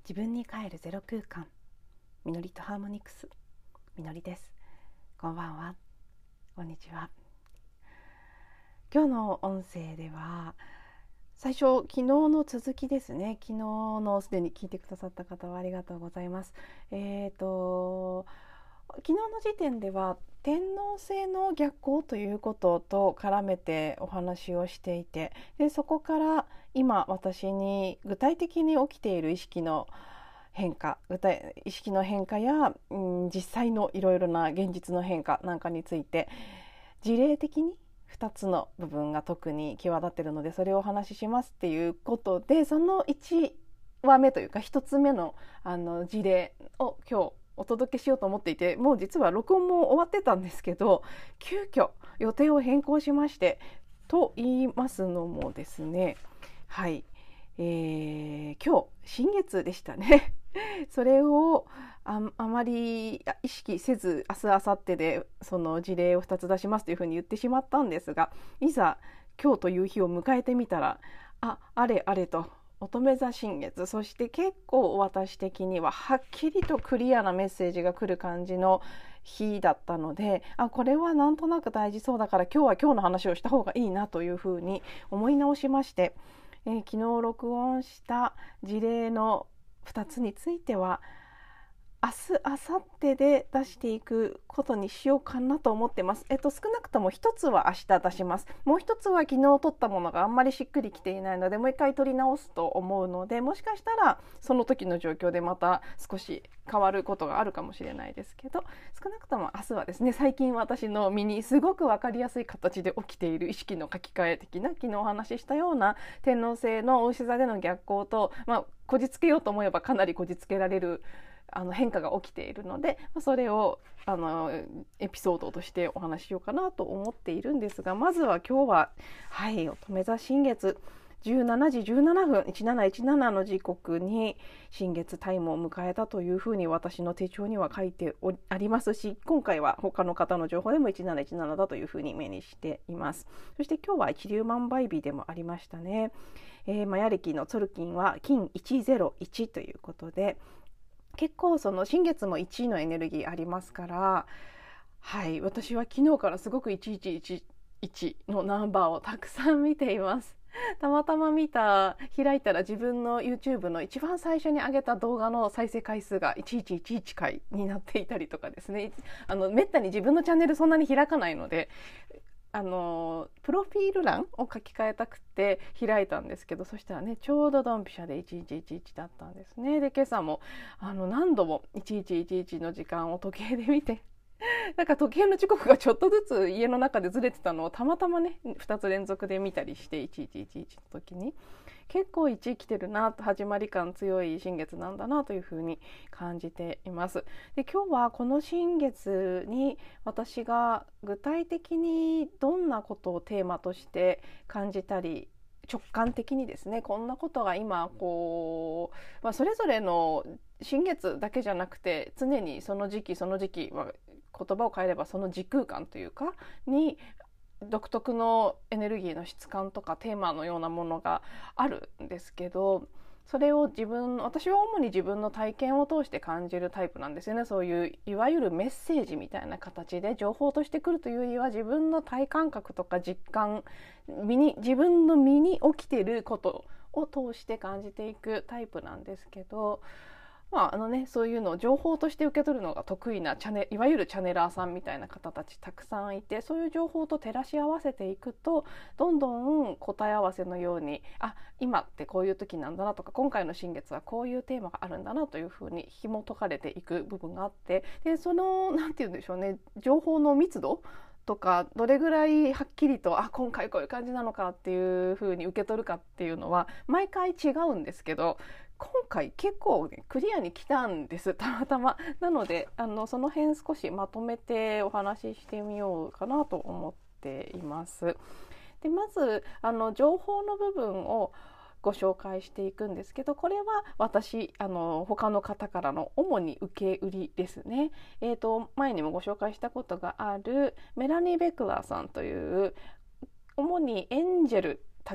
自分に帰るゼロ空間、みのりとハーモニクス、みのりです。こんばんは、こんにちは。今日の音声では最初、昨日の続きですね。昨日のすでに聞いてくださった方はありがとうございます。昨日の時点では天王星の逆行ということと絡めてお話をしていて、でそこから今私に具体的に起きている意識の変化や、実際のいろいろな現実の変化なんかについて事例的に2つの部分が特に際立っているので、それをお話ししますっていうことで、その1話目というか1つ目の事例を今日お届けしようと思っていて、もう実は録音も終わってたんですけど、急遽予定を変更しまして、と言いますのもですね、はい、今日新月でしたね。それをあまり意識せず、明日明後日でその事例を2つ出しますというふうに言ってしまったんですが、いざ今日という日を迎えてみたら、あれあれと乙女座新月、そして結構私的にははっきりとクリアなメッセージが来る感じの日だったので、これはなんとなく大事そうだから今日は今日の話をした方がいいなというふうに思い直しまして、昨日録音した事例の2つについては明日明後日で出していくことにしようかなと思ってます。少なくとも1つは明日出します。もう1つは昨日撮ったものがあんまりしっくりきていないので、もう一回撮り直すと思うので、もしかしたらその時の状況でまた少し変わることがあるかもしれないですけど、少なくとも明日はですね、最近私の身にすごく分かりやすい形で起きている意識の書き換え的な、昨日お話ししたような天王星の牡牛座での逆行と、こじつけようと思えばかなりこじつけられる変化が起きているので、それをエピソードとしてお話ししようかなと思っているんですが、まずは今日は、乙女座新月17時17分1717の時刻に新月タイムを迎えたというふうに私の手帳には書いてありますし、今回は他の方の情報でも1717だというふうに目にしています。そして今日は一粒万倍日でもありましたね。マヤ暦のツォルキンは金101ということで、結構その新月も1のエネルギーありますから、私は昨日からすごく1111のナンバーをたくさん見ています。たまたま開いたら自分の YouTube の一番最初に上げた動画の再生回数が1111回になっていたりとかですね。めったに自分のチャンネルそんなに開かないので、プロフィール欄を書き換えたくて開いたんですけど、そしたらね、ちょうどドンピシャで1111だったんですね。で、今朝も何度も1111の時間を時計で見て、なんか時計の時刻がちょっとずつ家の中でずれてたのをたまたまね、2つ連続で見たりして、1111の時に結構1来てるなと、始まり感強い新月なんだなというふうに感じています。で、今日はこの新月に私が具体的にどんなことをテーマとして感じたり、直感的にですね、こんなことが今それぞれの新月だけじゃなくて、常にその時期その時期は言葉を変えればその時空間というかに独特のエネルギーの質感とかテーマのようなものがあるんですけど、それを私は主に自分の体験を通して感じるタイプなんですよね。そういういわゆるメッセージみたいな形で情報としてくるというよりは、自分の体感覚とか実感、自分の身に起きていることを通して感じていくタイプなんですけど、そういうのを情報として受け取るのが得意ないわゆるチャネラーさんみたいな方たちたくさんいて、そういう情報と照らし合わせていくと、どんどん答え合わせのように、今ってこういう時なんだなとか、今回の新月はこういうテーマがあるんだなというふうに紐解かれていく部分があって、でそのなんて言うんでしょうね、情報の密度とか、どれぐらいはっきりと今回こういう感じなのかっていう風に受け取るかっていうのは毎回違うんですけど、今回結構、クリアに来たんです、たまたま。なのでその辺少しまとめてお話ししてみようかなと思っています。で、まず情報の部分をご紹介していくんですけど、これは私他の方からの主に受け売りですね。前にもご紹介したことがあるメラニー・ベクラーさんという主にエンジェルたち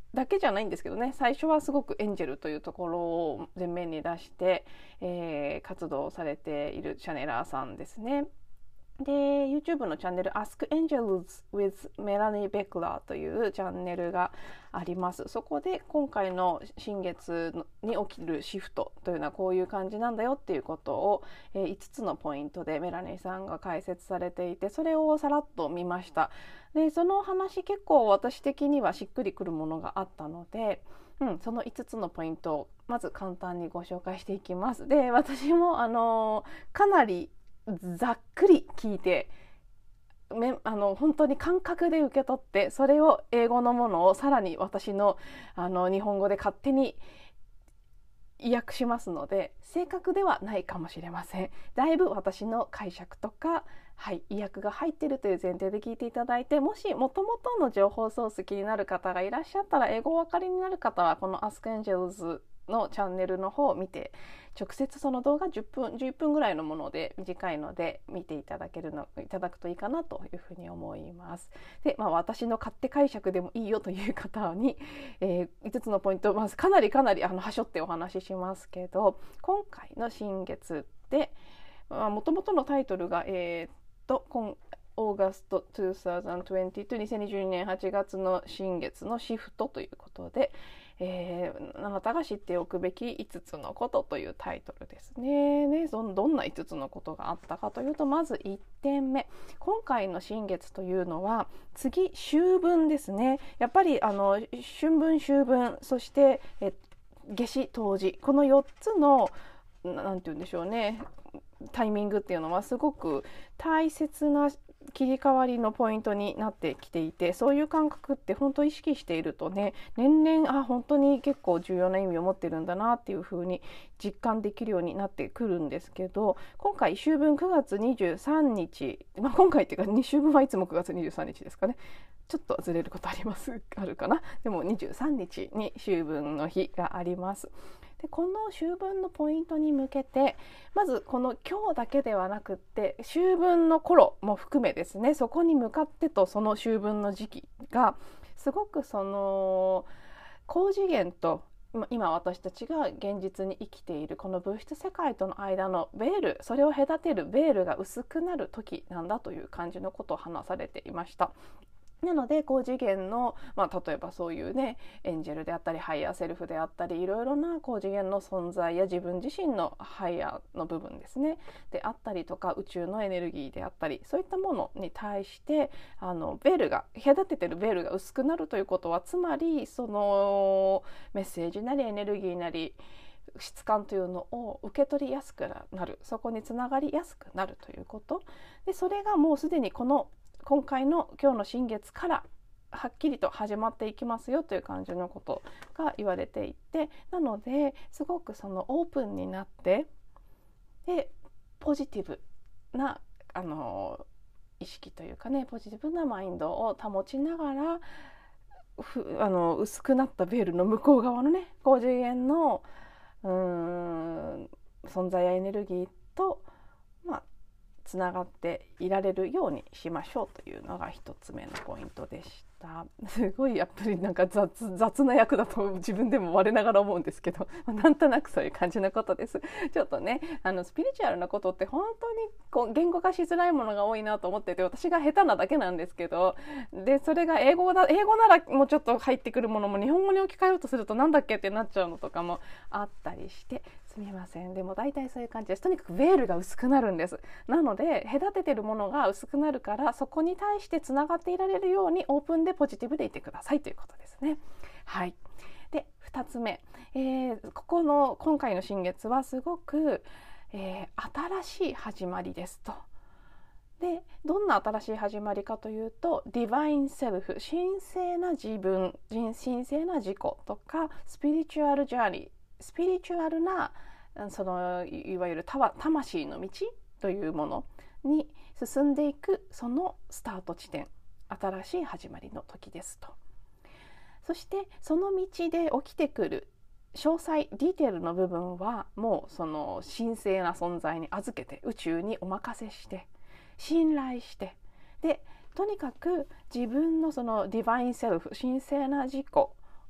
だけじゃないんですけどね、最初はすごくエンジェルというところを前面に出して、活動されているチャネラーさんですね。で YouTube のチャンネル Ask Angels with Melanie Beckler というチャンネルがあります。そこで今回の新月に起きるシフトというのはこういう感じなんだよっていうことを、5つのポイントでメラニーさんが解説されていて、それをさらっと見ました。でその話結構私的にはしっくりくるものがあったので、その5つのポイントをまず簡単にご紹介していきます。で私もかなりざっくり聞いて本当に感覚で受け取って、それを英語のものをさらに私の日本語で勝手に訳しますので、正確ではないかもしれません。だいぶ私の解釈とか、意訳が入っているという前提で聞いていただいて、もし元々の情報ソース気になる方がいらっしゃったら、英語お分かりになる方はこの Ask Angels のチャンネルの方を見て、直接その動画11分ぐらいのもので短いので見ていただくといいかなというふうに思います。で、私の勝手解釈でもいいよという方に、5つのポイントをまずかなりはしょってお話ししますけど、今回の新月でもともとのタイトルがオーガスト2020と2022年8月の新月のシフトということで、あなたが知っておくべき5つのことというタイトルですね。どんな5つのことがあったかというと、まず1点目、今回の新月というのは次秋分ですね。やっぱり春分秋分、そして夏至冬至、この4つのなんて言うんでしょうね、タイミングっていうのはすごく大切な切り替わりのポイントになってきていて、そういう感覚って本当意識しているとね、年々本当に結構重要な意味を持ってるんだなっていう風に実感できるようになってくるんですけど、今回秋分9月23日、今回っていうか秋分はいつも9月23日ですかね、ちょっとずれることあるかな。でも23日に秋分の日があります。でこの秋分のポイントに向けて、まずこの今日だけではなくって、秋分の頃も含めですね、そこに向かってとその秋分の時期がすごくその高次元と今私たちが現実に生きているこの物質世界との間のベール、それを隔てるベールが薄くなる時なんだという感じのことを話されていました。なので高次元の、例えばそういうね、エンジェルであったりハイヤーセルフであったり、いろいろな高次元の存在や自分自身のハイヤーの部分ですねであったりとか、宇宙のエネルギーであったり、そういったものに対してベールが隔ててるベールが薄くなるということは、つまりそのメッセージなりエネルギーなり質感というのを受け取りやすくなる、そこにつながりやすくなるということで、それがもうすでに今回の今日の新月からはっきりと始まっていきますよという感じのことが言われていて、なのですごくそのオープンになって、でポジティブな意識というかね、ポジティブなマインドを保ちながら薄くなったベールの向こう側のね、高次元の存在やエネルギーとつながっていられるようにしましょうというのが1つ目のポイントでした。すごいやっぱり雑な役だと自分でも我ながら思うんですけど、なんとなくそういう感じのことです。ちょっとね、スピリチュアルなことって本当に言語化しづらいものが多いなと思ってて、私が下手なだけなんですけど、でそれが英語ならもうちょっと入ってくるものも日本語に置き換えようとするとなんだっけってなっちゃうのとかもあったりして、すみません。でも大体そういう感じです。とにかくベールが薄くなるんです。なので隔ててるものが薄くなるから、そこに対してつながっていられるようにオープンでポジティブでいてくださいということですね。はい。で2つ目、今回の新月はすごく、新しい始まりですと。でどんな新しい始まりかというと、ディバインセルフ、神聖な自分、神聖な自己とか、スピリチュアルジャーニー、スピリチュアルなそのいわゆる魂の道というものに進んでいく、そのスタート地点、新しい始まりの時ですと。そしてその道で起きてくる詳細ディテールの部分はもうその神聖な存在に預けて、宇宙にお任せして信頼して、でとにかく自分のそのディバインセルフ、神聖な自己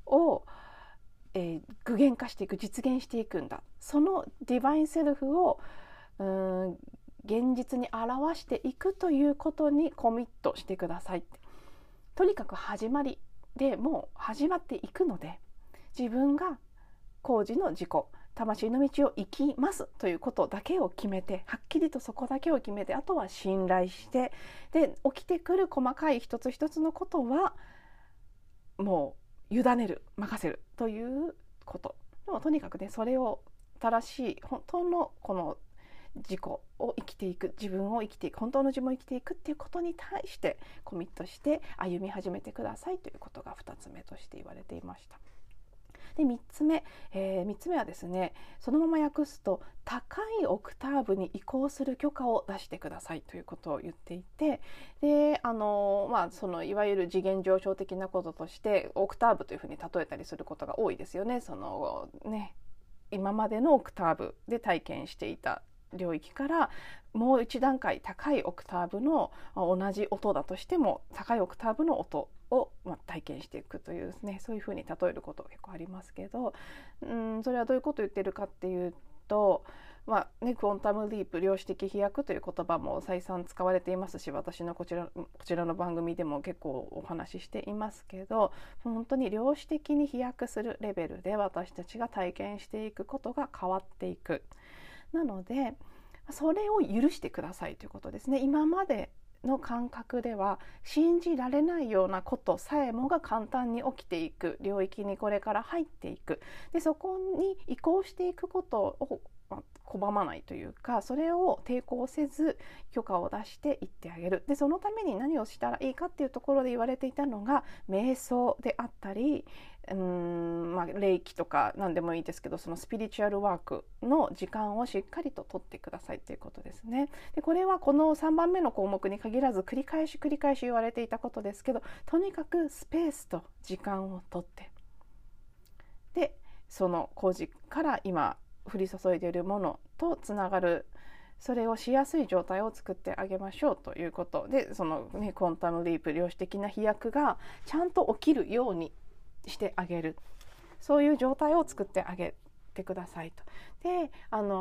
を、具現化していく、実現していくんだ、そのディバインセルフを現実に表していくということにコミットしてくださいって。とにかく始まりでもう始まっていくので、自分が工事の自己魂の道を生きますということだけを決めて、はっきりとそこだけを決めて、あとは信頼して、で起きてくる細かい一つ一つのことはもう委ねる、任せるということ。でもとにかくね、それを正しい本当のこの自己を生きていく、自分を生きていく、本当の自分を生きていくっていうことに対してコミットして歩み始めてくださいということが2つ目として言われていました。で3つ目はですね、そのまま訳すと高いオクターブに移行する許可を出してくださいということを言っていて、でそのいわゆる次元上昇的なこととしてオクターブというふうに例えたりすることが多いですよね。そのね、今までのオクターブで体験していた領域からもう一段階高いオクターブの同じ音だとしても高いオクターブの音を体験していくというですね、そういうふうに例えることが結構ありますけど、それはどういうことを言ってるかっていうと、クォンタムリープ、量子的飛躍という言葉も再三使われていますし、私のこちらの番組でも結構お話ししていますけど、本当に量子的に飛躍するレベルで私たちが体験していくことが変わっていく。なのでそれを許してくださいということですね。今までの感覚では信じられないようなことさえもが簡単に起きていく領域にこれから入っていく。でそこに移行していくことを拒まないというか、それを抵抗せず許可を出していってあげる。でそのために何をしたらいいかっていうところで言われていたのが瞑想であったり、霊気とか何でもいいですけど、そのスピリチュアルワークの時間をしっかりと取ってくださいということですね。でこれはこの3番目の項目に限らず繰り返し言われていたことですけど、とにかくスペースと時間を取って、でその工事から今降り注いでいるものとつながる、それをしやすい状態を作ってあげましょうということで、その、クォンタムリープ、量子的な飛躍がちゃんと起きるようにしてあげる、そういう状態を作ってあげてくださいと。で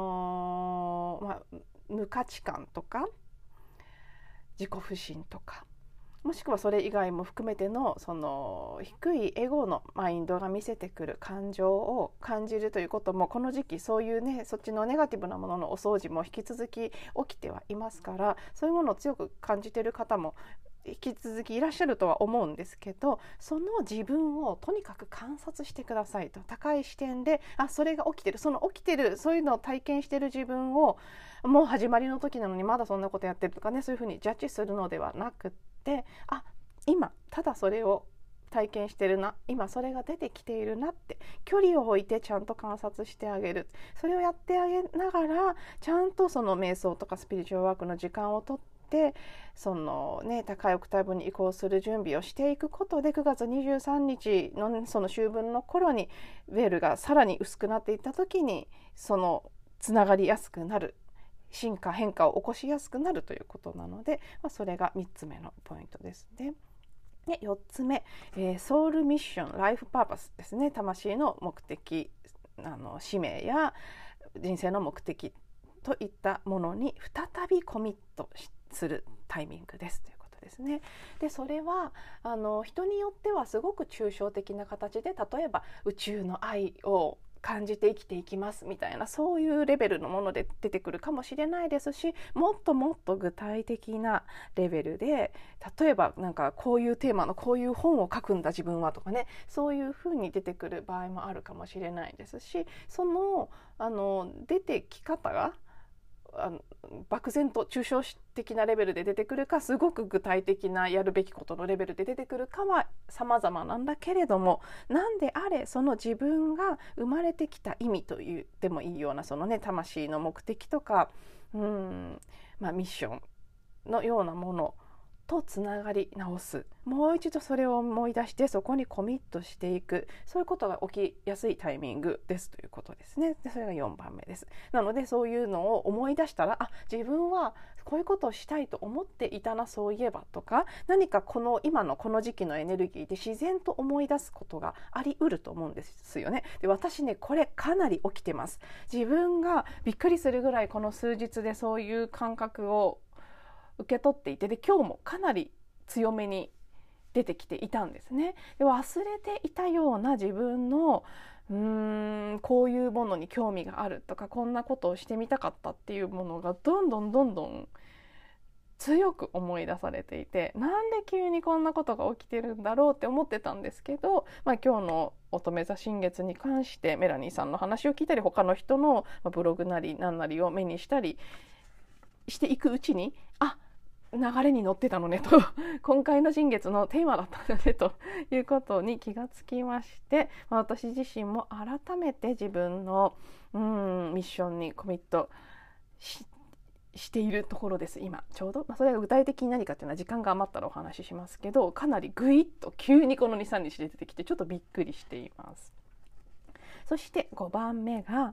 無価値観とか自己不信とか、もしくはそれ以外も含めてのその低いエゴのマインドが見せてくる感情を感じるということも、この時期そういうね、そっちのネガティブなもののお掃除も引き続き起きてはいますから、そういうものを強く感じている方も引き続きいらっしゃるとは思うんですけど、その自分をとにかく観察してくださいと。高い視点でそれが起きてる、その起きてるそういうのを体験してる自分をもう始まりの時なのにまだそんなことやってるとかね、そういうふうにジャッジするのではなくって、今ただそれを体験してるな、今それが出てきているなって距離を置いてちゃんと観察してあげる。それをやってあげながらちゃんとその瞑想とかスピリチュアルワークの時間をとってそのね、高いオクターブに移行する準備をしていくことで、9月23日のその秋分の頃にベールがさらに薄くなっていった時にそのつながりやすくなる、進化変化を起こしやすくなるということなので、それが3つ目のポイントですね。で4つ目、ソウルミッション、ライフパーパスですね。魂の目的、使命や人生の目的といったものに再びコミットするタイミングですということですね。でそれは人によってはすごく抽象的な形で、例えば宇宙の愛を感じて生きていきますみたいな、そういうレベルのもので出てくるかもしれないですし、もっともっと具体的なレベルで、例えばなんかこういうテーマのこういう本を書くんだ自分はとかね、そういうふうに出てくる場合もあるかもしれないですし、その出てき方が漠然と抽象的なレベルで出てくるか、すごく具体的なやるべきことのレベルで出てくるかは様々なんだけれども、なんであれその自分が生まれてきた意味と言ってもいいような、そのね、魂の目的とかミッションのようなものとつながり直す、もう一度それを思い出してそこにコミットしていく、そういうことが起きやすいタイミングですということですね。でそれが4番目です。なのでそういうのを思い出したら、自分はこういうことをしたいと思っていたな、そういえばとか、何か今のこの時期のエネルギーで自然と思い出すことがあり得ると思うんですよね。で私ね、これかなり起きてます。自分がびっくりするぐらいこの数日でそういう感覚を受け取っていて、で今日もかなり強めに出てきていたんですね。で忘れていたような自分のこういうものに興味があるとか、こんなことをしてみたかったっていうものがどんどん強く思い出されていて、なんで急にこんなことが起きてるんだろうって思ってたんですけど、今日の乙女座新月に関してメラニーさんの話を聞いたり、他の人のブログなり何なりを目にしたりしていくうちに、流れに乗ってたのねと今回の新月のテーマだったんだねということに気がつきまして、私自身も改めて自分のミッションにコミットしているところです今ちょうど。それが具体的に何かっていうのは時間が余ったらお話ししますけど、かなりグイッと急にこの 2,3 日で出てきてちょっとびっくりしています。そして5番目が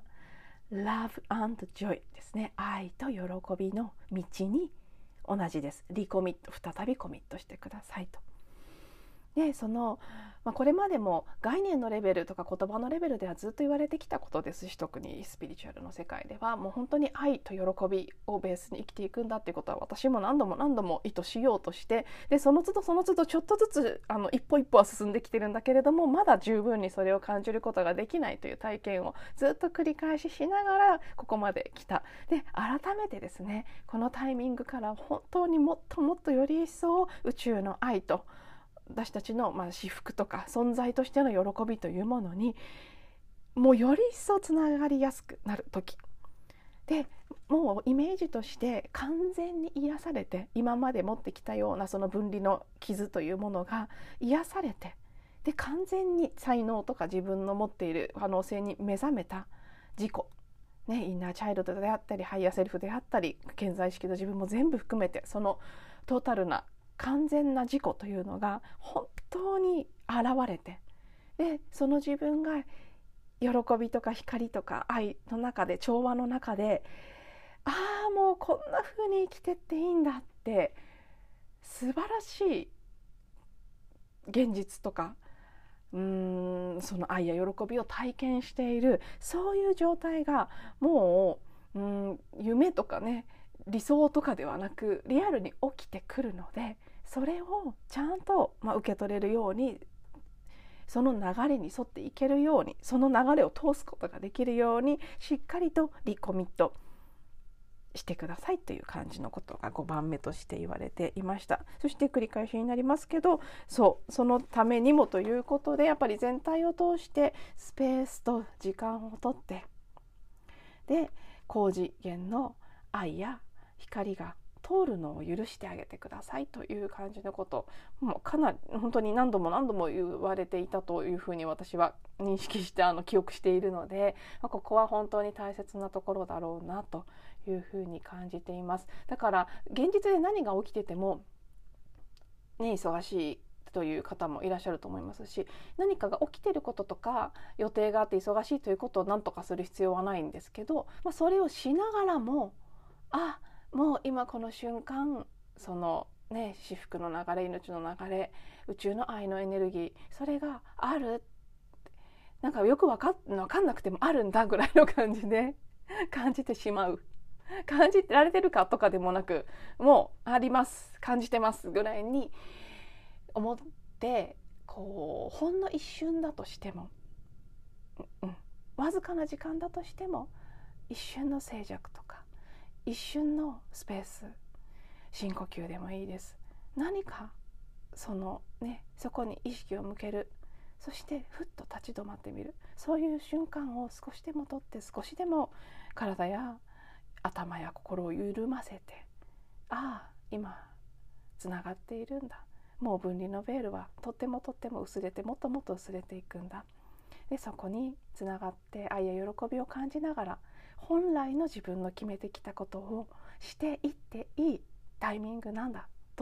Love and Joy ですね。愛と喜びの道に同じです。リコミット、再びコミットしてくださいと。でこれまでも概念のレベルとか言葉のレベルではずっと言われてきたことですし、特にスピリチュアルの世界ではもう本当に愛と喜びをベースに生きていくんだっていうことは私も何度も意図しようとして、でその都度ちょっとずつ一歩一歩は進んできてるんだけれども、まだ十分にそれを感じることができないという体験をずっと繰り返ししながらここまで来た。で改めてですね、このタイミングから本当にもっとより一層宇宙の愛と私たちの至福とか存在としての喜びというものにもうより一層つながりやすくなる時で、もうイメージとして完全に癒されて、今まで持ってきたようなその分離の傷というものが癒されて、で完全に才能とか自分の持っている可能性に目覚めた自己、インナーチャイルドであったりハイヤーセルフであったり顕在意識の自分も全部含めて、そのトータルな完全な自己というのが本当に現れて、でその自分が喜びとか光とか愛の中で、調和の中で、もうこんな風に生きてっていいんだって素晴らしい現実とかその愛や喜びを体験している、そういう状態がもう夢とかね、理想とかではなくリアルに起きてくるので、それをちゃんと受け取れるように、その流れに沿っていけるように、その流れを通すことができるようにしっかりとリコミットしてくださいという感じのことが5番目として言われていました。そして繰り返しになりますけど、そのためにもということで、やっぱり全体を通してスペースと時間をとって、で高次元の愛や光が通るのを許してあげてくださいという感じのこともかなり本当に何度も言われていたというふうに私は認識して記憶しているので、ここは本当に大切なところだろうなというふうに感じています。だから現実で何が起きてても忙しいという方もいらっしゃると思いますし、何かが起きてることとか予定があって忙しいということを何とかする必要はないんですけど、それをしながらももう今この瞬間その至福の流れ、命の流れ、宇宙の愛のエネルギー、それがある、なんかよく分かんなくてもあるんだぐらいの感じで感じてしまう、感じられてるかとかでもなく、もうあります、感じてますぐらいに思って、ほんの一瞬だとしても、わずかな時間だとしても、一瞬の静寂とか一瞬のスペース、深呼吸でもいいです。何かそこに意識を向ける、そしてふっと立ち止まってみる、そういう瞬間を少しでもとって、少しでも体や頭や心を緩ませて、今つながっているんだ、もう分離のベールはとっても薄れて、もっと薄れていくんだ。でそこにつながって愛や喜びを感じながら、本来の自分の決めてきたことをしていっていいタイミングなんだと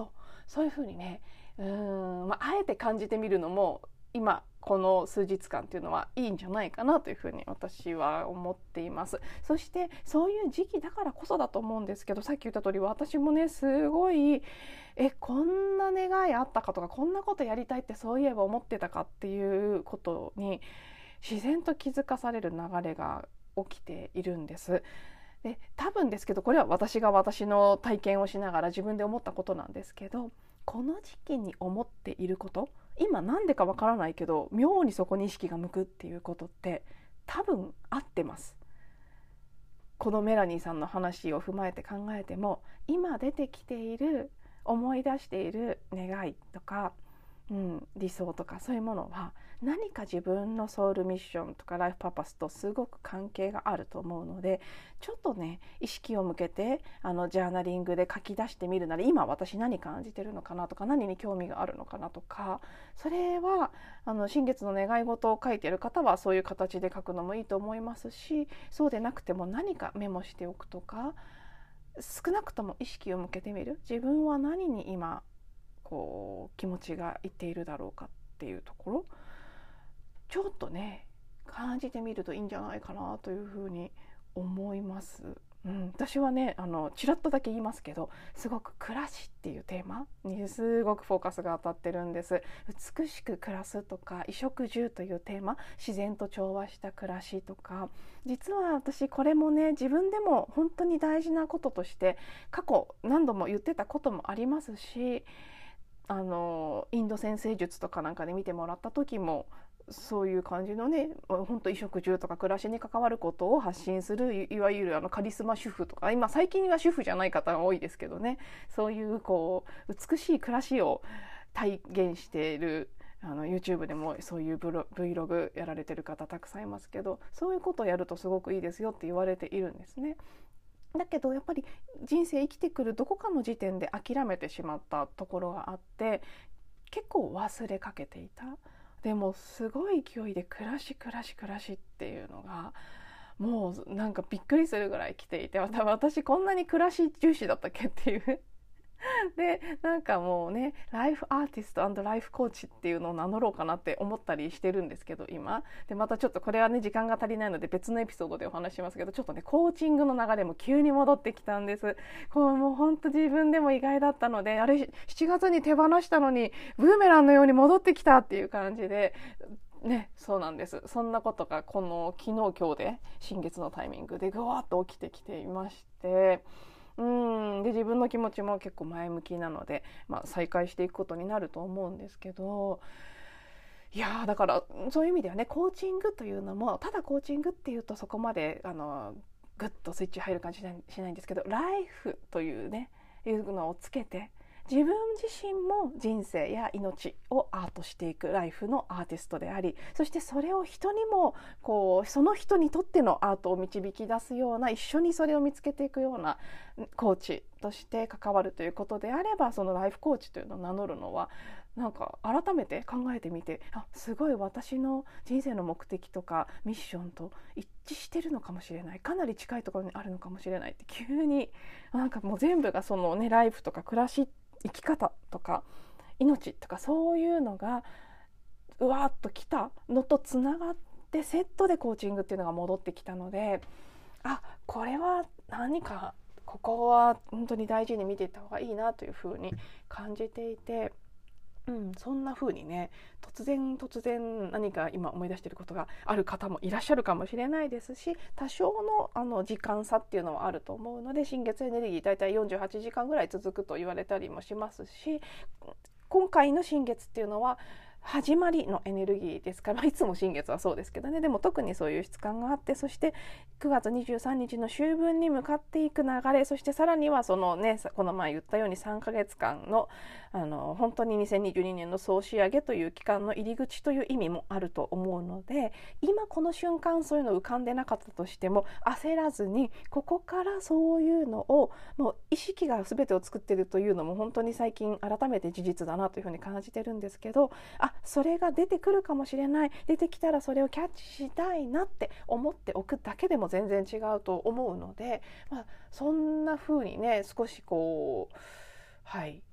そういうふうにね、あえて感じてみるのも今この数日間っていうのはいいんじゃないかなというふうに私は思っています。そしてそういう時期だからこそだと思うんですけど、さっき言った通り私もねすごいこんな願いあったかとか、こんなことやりたいってそういえば思ってたかっていうことに自然と気づかされる流れが起きているんです。で多分ですけど、これは私が私の体験をしながら自分で思ったことなんですけど、この時期に思っていること、今なんでかわからないけど妙にそこに意識が向くっていうことって多分合ってます。このメラニーさんの話を踏まえて考えても、今出てきている思い出している願いとか、理想とかそういうものは何か自分のソウルミッションとかライフパーパスとすごく関係があると思うので、ちょっとね意識を向けてジャーナリングで書き出してみるなら、今私何感じてるのかなとか、何に興味があるのかなとか、それは新月の願い事を書いている方はそういう形で書くのもいいと思いますし、そうでなくても何かメモしておくとか、少なくとも意識を向けてみる、自分は何に今気持ちがいっているだろうかっていうところ、ちょっとね感じてみるといいんじゃないかなというふうに思います。私はねちらっとだけ言いますけど、すごく暮らしっていうテーマにすごくフォーカスが当たってるんです。美しく暮らすとか、衣食住というテーマ、自然と調和した暮らしとか、実は私これもね自分でも本当に大事なこととして過去何度も言ってたこともありますし、インド占星術とかなんかで見てもらった時もそういう感じのね、本当衣食住とか暮らしに関わることを発信する、いわゆるカリスマ主婦とか、今最近は主婦じゃない方が多いですけどね、そういう美しい暮らしを体現しているYouTube でもそういうVlog やられてる方たくさんいますけど、そういうことをやるとすごくいいですよって言われているんですね。だけどやっぱり人生生きてくるどこかの時点で諦めてしまったところがあって、結構忘れかけていた。でもすごい勢いで暮らしっていうのがもうなんかびっくりするぐらい来ていて、私こんなに暮らし重視だったっけっていうでなんかもうね、ライフアーティスト&ライフコーチっていうのを名乗ろうかなって思ったりしてるんですけど、今でまたちょっとこれはね時間が足りないので別のエピソードでお話しますけど、ちょっとねコーチングの流れも急に戻ってきたんです。もう本当自分でも意外だったので、あれ7月に手放したのにブーメランのように戻ってきたっていう感じでね、そうなんです。そんなことがこの昨日今日で新月のタイミングでぐわっと起きてきていまして、で自分の気持ちも結構前向きなので、再開していくことになると思うんですけど、いやだからそういう意味ではね、コーチングというのもただコーチングっていうとそこまでグッとスイッチ入る感じしないんですけど、ライフというねいうのをつけて、自分自身も人生や命をアートしていくライフのアーティストであり、そしてそれを人にもその人にとってのアートを導き出すような、一緒にそれを見つけていくようなコーチとして関わるということであれば、そのライフコーチというのを名乗るのはなんか改めて考えてみて、すごい私の人生の目的とかミッションと一致してるのかもしれない、かなり近いところにあるのかもしれないって、急になんかもう全部がそのねライフとか暮らし、生き方とか命とかそういうのがうわーっときたのとつながってセットでコーチングっていうのが戻ってきたので、これは何かここは本当に大事に見ていった方がいいなというふうに感じていて、そんな風にね突然何か今思い出していることがある方もいらっしゃるかもしれないですし、多少の時間差っていうのはあると思うので、新月エネルギーだいたい48時間ぐらい続くと言われたりもしますし、今回の新月っていうのは始まりのエネルギーですから、いつも新月はそうですけどね、でも特にそういう質感があって、そして9月23日の秋分に向かっていく流れ、そしてさらにはそのねこの前言ったように3ヶ月間の本当に2022年の総仕上げという期間の入り口という意味もあると思うので、今この瞬間そういうの浮かんでなかったとしても焦らずに、ここからそういうのをもう意識が全てを作っているというのも本当に最近改めて事実だなというふうに感じてるんですけど、それが出てくるかもしれない、出てきたらそれをキャッチしたいなって思っておくだけでも全然違うと思うので、そんな風にね少し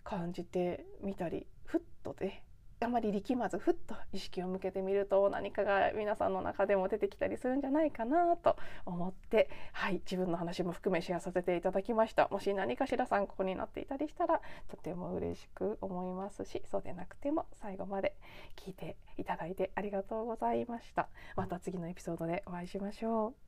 感じてみたり、ふっとね、あまり力まずふっと意識を向けてみると、何かが皆さんの中でも出てきたりするんじゃないかなと思って、はい、自分の話も含めシェアさせていただきました。もし何かしら参考になっていたりしたらとても嬉しく思いますし、そうでなくても最後まで聞いていただいてありがとうございました。また次のエピソードでお会いしましょう。